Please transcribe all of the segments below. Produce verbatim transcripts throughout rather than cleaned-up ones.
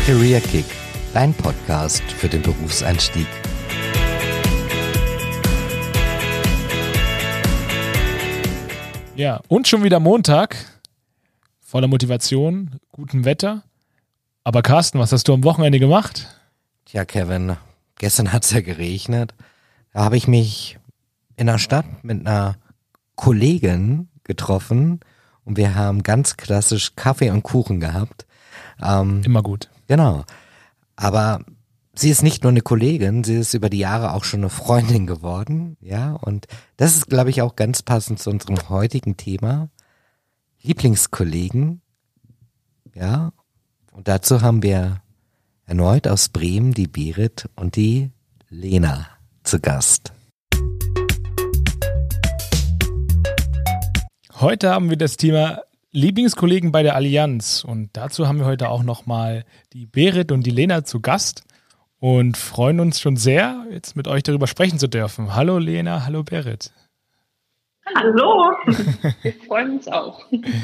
Career Kick, dein Podcast für den Berufseinstieg. Ja, und schon wieder Montag, voller Motivation, gutem Wetter. Aber Carsten, was hast du am Wochenende gemacht? Tja, Kevin, gestern hat es ja geregnet. Da habe ich mich in der Stadt mit einer Kollegin getroffen und wir haben ganz klassisch Kaffee und Kuchen gehabt. Ähm, Immer gut. Genau. Aber sie ist nicht nur eine Kollegin, sie ist über die Jahre auch schon eine Freundin geworden. Ja, und das ist, glaube ich, auch ganz passend zu unserem heutigen Thema. Lieblingskollegen. Ja, und dazu haben wir erneut aus Bremen die Berit und die Lena zu Gast. Heute haben wir das Thema Lieblingskollegen bei der Allianz und dazu haben wir heute auch nochmal die Berit und die Lena zu Gast und freuen uns schon sehr, jetzt mit euch darüber sprechen zu dürfen. Hallo Lena, hallo Berit. Hallo, wir freuen uns auch.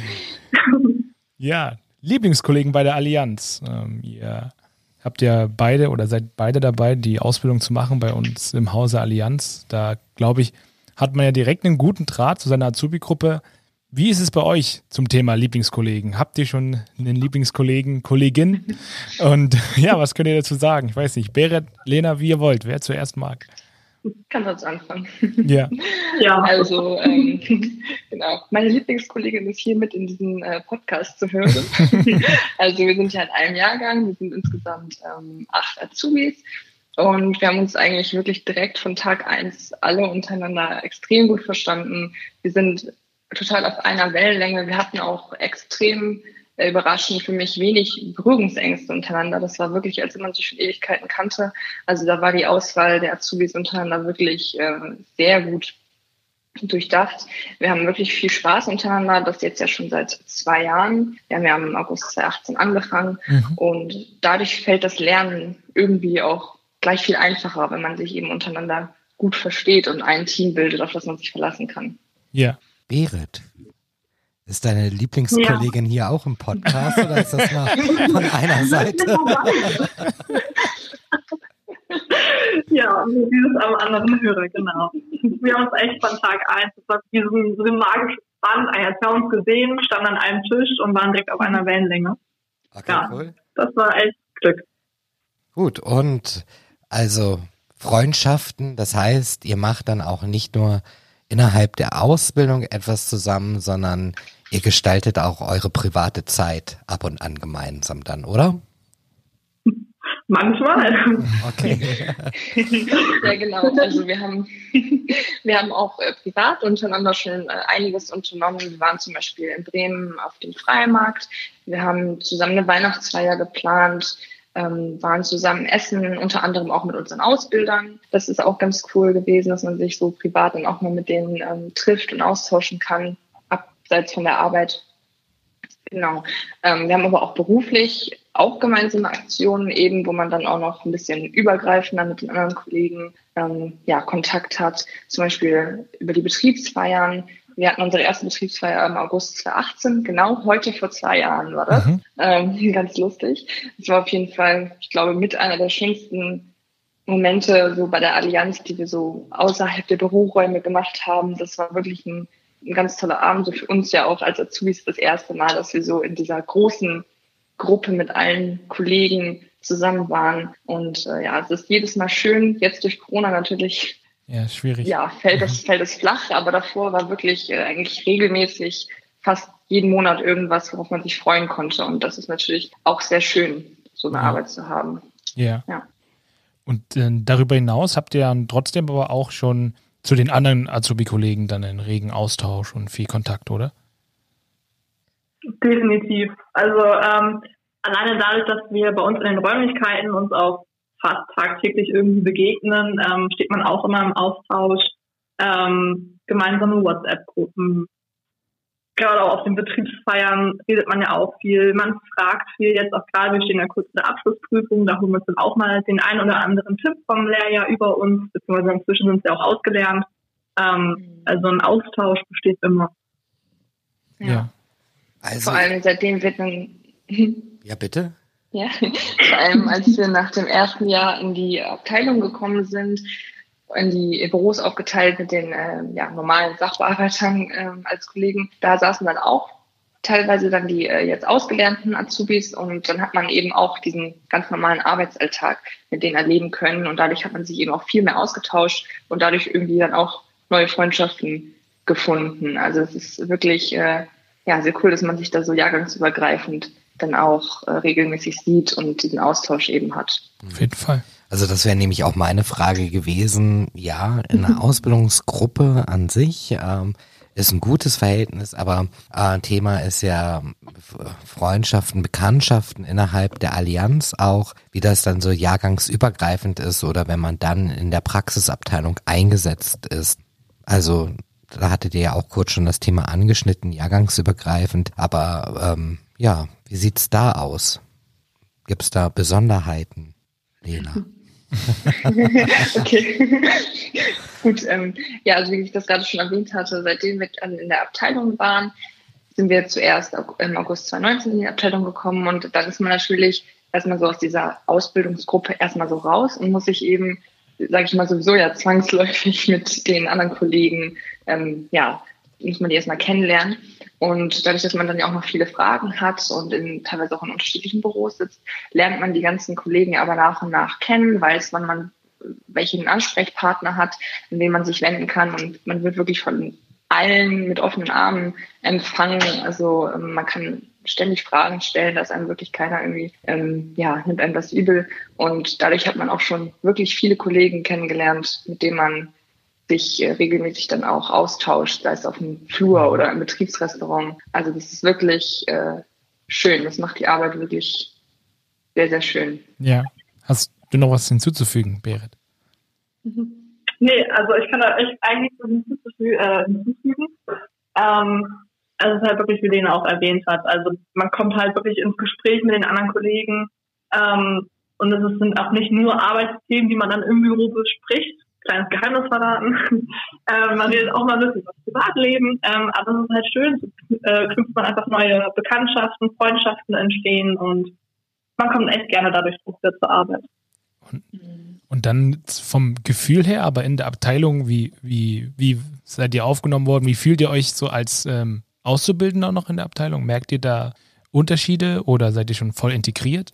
Ja, Lieblingskollegen bei der Allianz. Ähm, ihr habt ja beide oder seid beide dabei, die Ausbildung zu machen bei uns im Hause Allianz. Da, glaube ich, hat man ja direkt einen guten Draht zu seiner Azubi-Gruppe. Wie ist es bei euch zum Thema Lieblingskollegen? Habt ihr schon einen Lieblingskollegen, Kollegin? Und ja, was könnt ihr dazu sagen? Ich weiß nicht, Berit, Lena, wie ihr wollt. Wer zuerst mag? Kann das anfangen. Ja. Ja, also ähm, genau. Meine Lieblingskollegin ist hier mit in diesem äh, Podcast zu hören. Also wir sind ja in einem Jahrgang, wir sind insgesamt ähm, acht Azubis und wir haben uns eigentlich wirklich direkt von Tag eins alle untereinander extrem gut verstanden. Wir sind total auf einer Wellenlänge. Wir hatten auch extrem äh, überraschend für mich wenig Berührungsängste untereinander. Das war wirklich, als wenn man sich schon Ewigkeiten kannte. Also da war die Auswahl der Azubis untereinander wirklich äh, sehr gut durchdacht. Wir haben wirklich viel Spaß untereinander, das jetzt ja schon seit zwei Jahren. Wir haben ja im August zweitausendachtzehn angefangen mhm. und dadurch fällt das Lernen irgendwie auch gleich viel einfacher, wenn man sich eben untereinander gut versteht und ein Team bildet, auf das man sich verlassen kann. Ja. Berit, ist deine Lieblingskollegin ja. hier auch im Podcast oder ist das mal von einer Seite? Ja, dieses am anderen Hörer, genau. Wir haben uns echt von Tag eins, das war wie so ein, so ein magisches Band, wir haben uns gesehen, standen an einem Tisch und waren direkt auf einer Wellenlänge. Okay, ja, cool. Das war echt Glück. Gut, und also Freundschaften, das heißt, ihr macht dann auch nicht nur innerhalb der Ausbildung etwas zusammen, sondern ihr gestaltet auch eure private Zeit ab und an gemeinsam dann, oder? Manchmal. Okay. Ja, genau. Also wir haben, wir haben auch äh, privat untereinander schon äh, einiges unternommen. Wir waren zum Beispiel in Bremen auf dem Freimarkt. Wir haben zusammen eine Weihnachtsfeier geplant. Ähm, waren zusammen essen, unter anderem auch mit unseren Ausbildern. Das ist auch ganz cool gewesen, dass man sich so privat dann auch mal mit denen ähm, trifft und austauschen kann, abseits von der Arbeit. Genau. Ähm, wir haben aber auch beruflich auch gemeinsame Aktionen eben, wo man dann auch noch ein bisschen übergreifender mit den anderen Kollegen ähm, ja, Kontakt hat. Zum Beispiel über die Betriebsfeiern. Wir hatten unsere erste Betriebsfeier im August zweitausendachtzehn, genau heute vor zwei Jahren war das. Mhm. Ähm, ganz lustig. Das war auf jeden Fall, ich glaube, mit einer der schönsten Momente so bei der Allianz, die wir so außerhalb der Büroräume gemacht haben. Das war wirklich ein, ein ganz toller Abend, so für uns ja auch als Azubis das erste Mal, dass wir so in dieser großen Gruppe mit allen Kollegen zusammen waren. Und äh, ja, es ist jedes Mal schön, jetzt durch Corona natürlich. Ja, schwierig. Ja, fällt es, fällt es flach, aber davor war wirklich äh, eigentlich regelmäßig fast jeden Monat irgendwas, worauf man sich freuen konnte. Und das ist natürlich auch sehr schön, so eine ja. Arbeit zu haben. Ja. ja. Und äh, darüber hinaus habt ihr dann trotzdem aber auch schon zu den anderen Azubi-Kollegen dann einen regen Austausch und viel Kontakt, oder? Definitiv. Also ähm, alleine dadurch, dass wir bei uns in den Räumlichkeiten uns auch fast tagtäglich irgendwie begegnen, ähm, steht man auch immer im Austausch, ähm, gemeinsame WhatsApp-Gruppen. Gerade auch auf den Betriebsfeiern redet man ja auch viel, man fragt viel, jetzt auch gerade, wir stehen ja kurz in der Abschlussprüfung, da holen wir uns dann auch mal den einen oder anderen Tipp vom Lehrjahr über uns, beziehungsweise inzwischen sind sie auch ausgelernt. Ähm, also ein Austausch besteht immer. Ja. Also, vor allem seitdem wird man... Ja, bitte? Ja, vor allem als wir nach dem ersten Jahr in die Abteilung gekommen sind, in die Büros aufgeteilt mit den äh, ja, normalen Sachbearbeitern äh, als Kollegen, da saßen dann auch teilweise dann die äh, jetzt ausgelernten Azubis und dann hat man eben auch diesen ganz normalen Arbeitsalltag mit denen erleben können und dadurch hat man sich eben auch viel mehr ausgetauscht und dadurch irgendwie dann auch neue Freundschaften gefunden. Also es ist wirklich äh, ja sehr cool, dass man sich da so jahrgangsübergreifend dann auch äh, regelmäßig sieht und diesen Austausch eben hat. Auf jeden Fall. Also das wäre nämlich auch meine Frage gewesen. Ja, in einer Ausbildungsgruppe an sich ähm, ist ein gutes Verhältnis, aber äh, Thema ist ja Freundschaften, Bekanntschaften innerhalb der Allianz auch, wie das dann so jahrgangsübergreifend ist oder wenn man dann in der Praxisabteilung eingesetzt ist. Also da hattet ihr ja auch kurz schon das Thema angeschnitten, jahrgangsübergreifend, aber ähm, ja, wie sieht's da aus? Gibt's da Besonderheiten, Lena? Okay, gut. Ähm, ja, also wie ich das gerade schon erwähnt hatte, seitdem wir in der Abteilung waren, sind wir zuerst im August zweitausendneunzehn in die Abteilung gekommen und dann ist man natürlich erstmal so aus dieser Ausbildungsgruppe erstmal so raus und muss sich eben, sage ich mal, sowieso ja zwangsläufig mit den anderen Kollegen, ähm, ja, muss man die erstmal kennenlernen. Und dadurch, dass man dann ja auch noch viele Fragen hat und in, teilweise auch in unterschiedlichen Büros sitzt, lernt man die ganzen Kollegen aber nach und nach kennen, weiß, wann man welchen Ansprechpartner hat, an den man sich wenden kann. Und man wird wirklich von allen mit offenen Armen empfangen. Also ähm, man kann ständig Fragen stellen, da ist einem wirklich keiner irgendwie, ähm, ja, nimmt einem das übel. Und dadurch hat man auch schon wirklich viele Kollegen kennengelernt, mit denen man sich äh, regelmäßig dann auch austauscht, sei es auf dem Flur oder im Betriebsrestaurant. Also das ist wirklich äh, schön. Das macht die Arbeit wirklich sehr, sehr schön. Ja. Hast du noch was hinzuzufügen, Berit? Mhm. Nee, also ich kann da echt eigentlich so hinzuzufügen. Äh, hinzufügen. Ähm, also es ist halt wirklich, wie Lena auch erwähnt hat. Also man kommt halt wirklich ins Gespräch mit den anderen Kollegen. Ähm, und es sind auch nicht nur Arbeitsthemen, die man dann im Büro bespricht. Kleines Geheimnis verraten. ähm, man redet auch mal ein bisschen über das Privatleben, ähm, aber es ist halt schön, so, äh, knüpft man einfach neue Bekanntschaften, Freundschaften entstehen und man kommt echt gerne dadurch wieder zur Arbeit. Und, und dann vom Gefühl her, aber in der Abteilung, wie, wie, wie seid ihr aufgenommen worden? Wie fühlt ihr euch so als ähm, Auszubildender noch in der Abteilung? Merkt ihr da Unterschiede oder seid ihr schon voll integriert?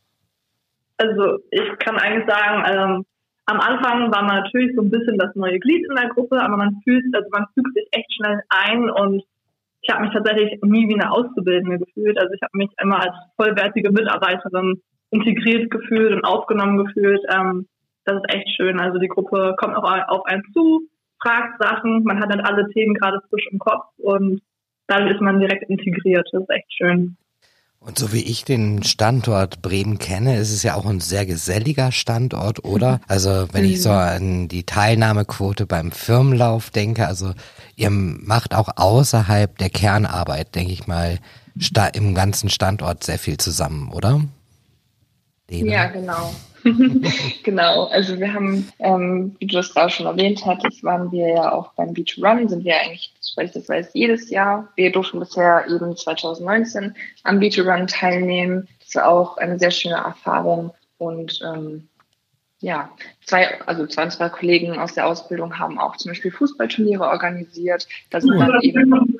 Also ich kann eigentlich sagen, ähm, am Anfang war man natürlich so ein bisschen das neue Glied in der Gruppe, aber man fühlt, also man fügt sich echt schnell ein und ich habe mich tatsächlich nie wie eine Auszubildende gefühlt. Also ich habe mich immer als vollwertige Mitarbeiterin integriert gefühlt und aufgenommen gefühlt. Ähm, das ist echt schön. Also die Gruppe kommt auch auf einen zu, fragt Sachen, man hat dann alle Themen gerade frisch im Kopf und dadurch ist man direkt integriert. Das ist echt schön. Und so wie ich den Standort Bremen kenne, ist es ja auch ein sehr geselliger Standort, oder? Also wenn ich so an die Teilnahmequote beim Firmenlauf denke, also ihr macht auch außerhalb der Kernarbeit, denke ich mal, sta- im ganzen Standort sehr viel zusammen, oder? Lena? Ja, genau. Genau, also wir haben, ähm, wie du das gerade schon erwähnt hattest, waren wir ja auch beim Beach Run, sind wir eigentlich, weil ich das weiß, jedes Jahr. Wir durften bisher eben zweitausendneunzehn am Beach Run teilnehmen. Das war auch eine sehr schöne Erfahrung und ähm, ja, zwei, also zwei unserer Kollegen aus der Ausbildung haben auch zum Beispiel Fußballturniere organisiert. Da sind dann eben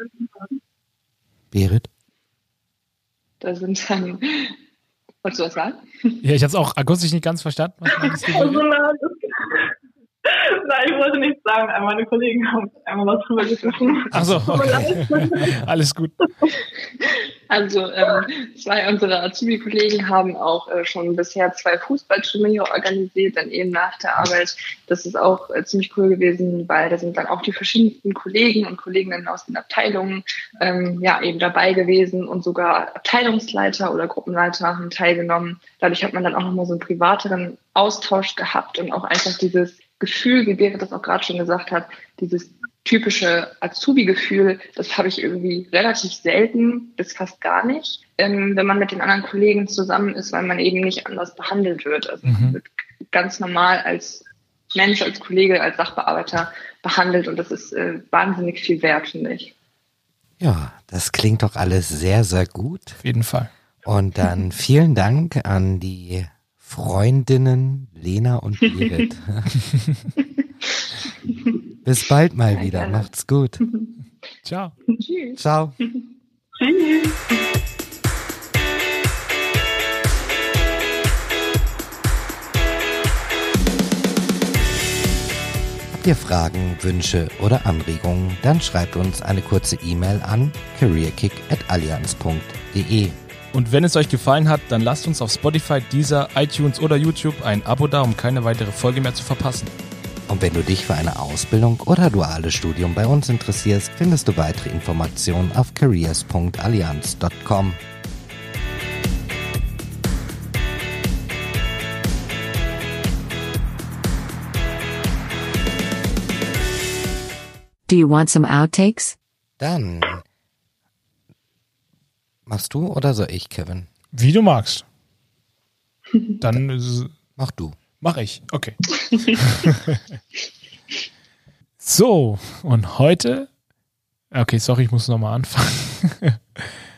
Berit? Da sind dann Wolltest du was sagen? Ja, ich habe es auch akustisch nicht ganz verstanden. Was meinst du? Also, na, das, nein, ich wollte nichts sagen. Meine Kollegen haben einmal was drüber gesprochen. Ach so, okay. Alles gut. Also ähm, zwei unserer Azubi-Kollegen haben auch äh, schon bisher zwei Fußballturniere organisiert, dann eben nach der Arbeit. Das ist auch äh, ziemlich cool gewesen, weil da sind dann auch die verschiedensten Kollegen und Kolleginnen aus den Abteilungen ähm, ja eben dabei gewesen und sogar Abteilungsleiter oder Gruppenleiter haben teilgenommen. Dadurch hat man dann auch nochmal so einen privateren Austausch gehabt und auch einfach dieses Gefühl, wie Berit das auch gerade schon gesagt hat, dieses typische Azubi-Gefühl, das habe ich irgendwie relativ selten bis fast gar nicht, ähm, wenn man mit den anderen Kollegen zusammen ist, weil man eben nicht anders behandelt wird. Also Mhm. man wird ganz normal als Mensch, als Kollege, als Sachbearbeiter behandelt und das ist äh, wahnsinnig viel wert, finde ich. Ja, das klingt doch alles sehr, sehr gut. Auf jeden Fall. Und dann vielen Dank an die Freundinnen Lena und Berit. Bis bald mal Sehr wieder. gerne. Macht's gut. Ciao. Tschüss. Ciao. Tschüss. Habt ihr Fragen, Wünsche oder Anregungen, dann schreibt uns eine kurze E-Mail an careerkick at allianz punkt de. Und wenn es euch gefallen hat, dann lasst uns auf Spotify, Deezer, iTunes oder YouTube ein Abo da, um keine weitere Folge mehr zu verpassen. Und wenn du dich für eine Ausbildung oder duales Studium bei uns interessierst, findest du weitere Informationen auf careers punkt allianz punkt com. Do you want some outtakes? Dann machst du oder soll ich, Kevin? Wie du magst. Dann äh, Mach du. mach ich. Okay. So, und heute. Okay, sorry, ich muss nochmal anfangen.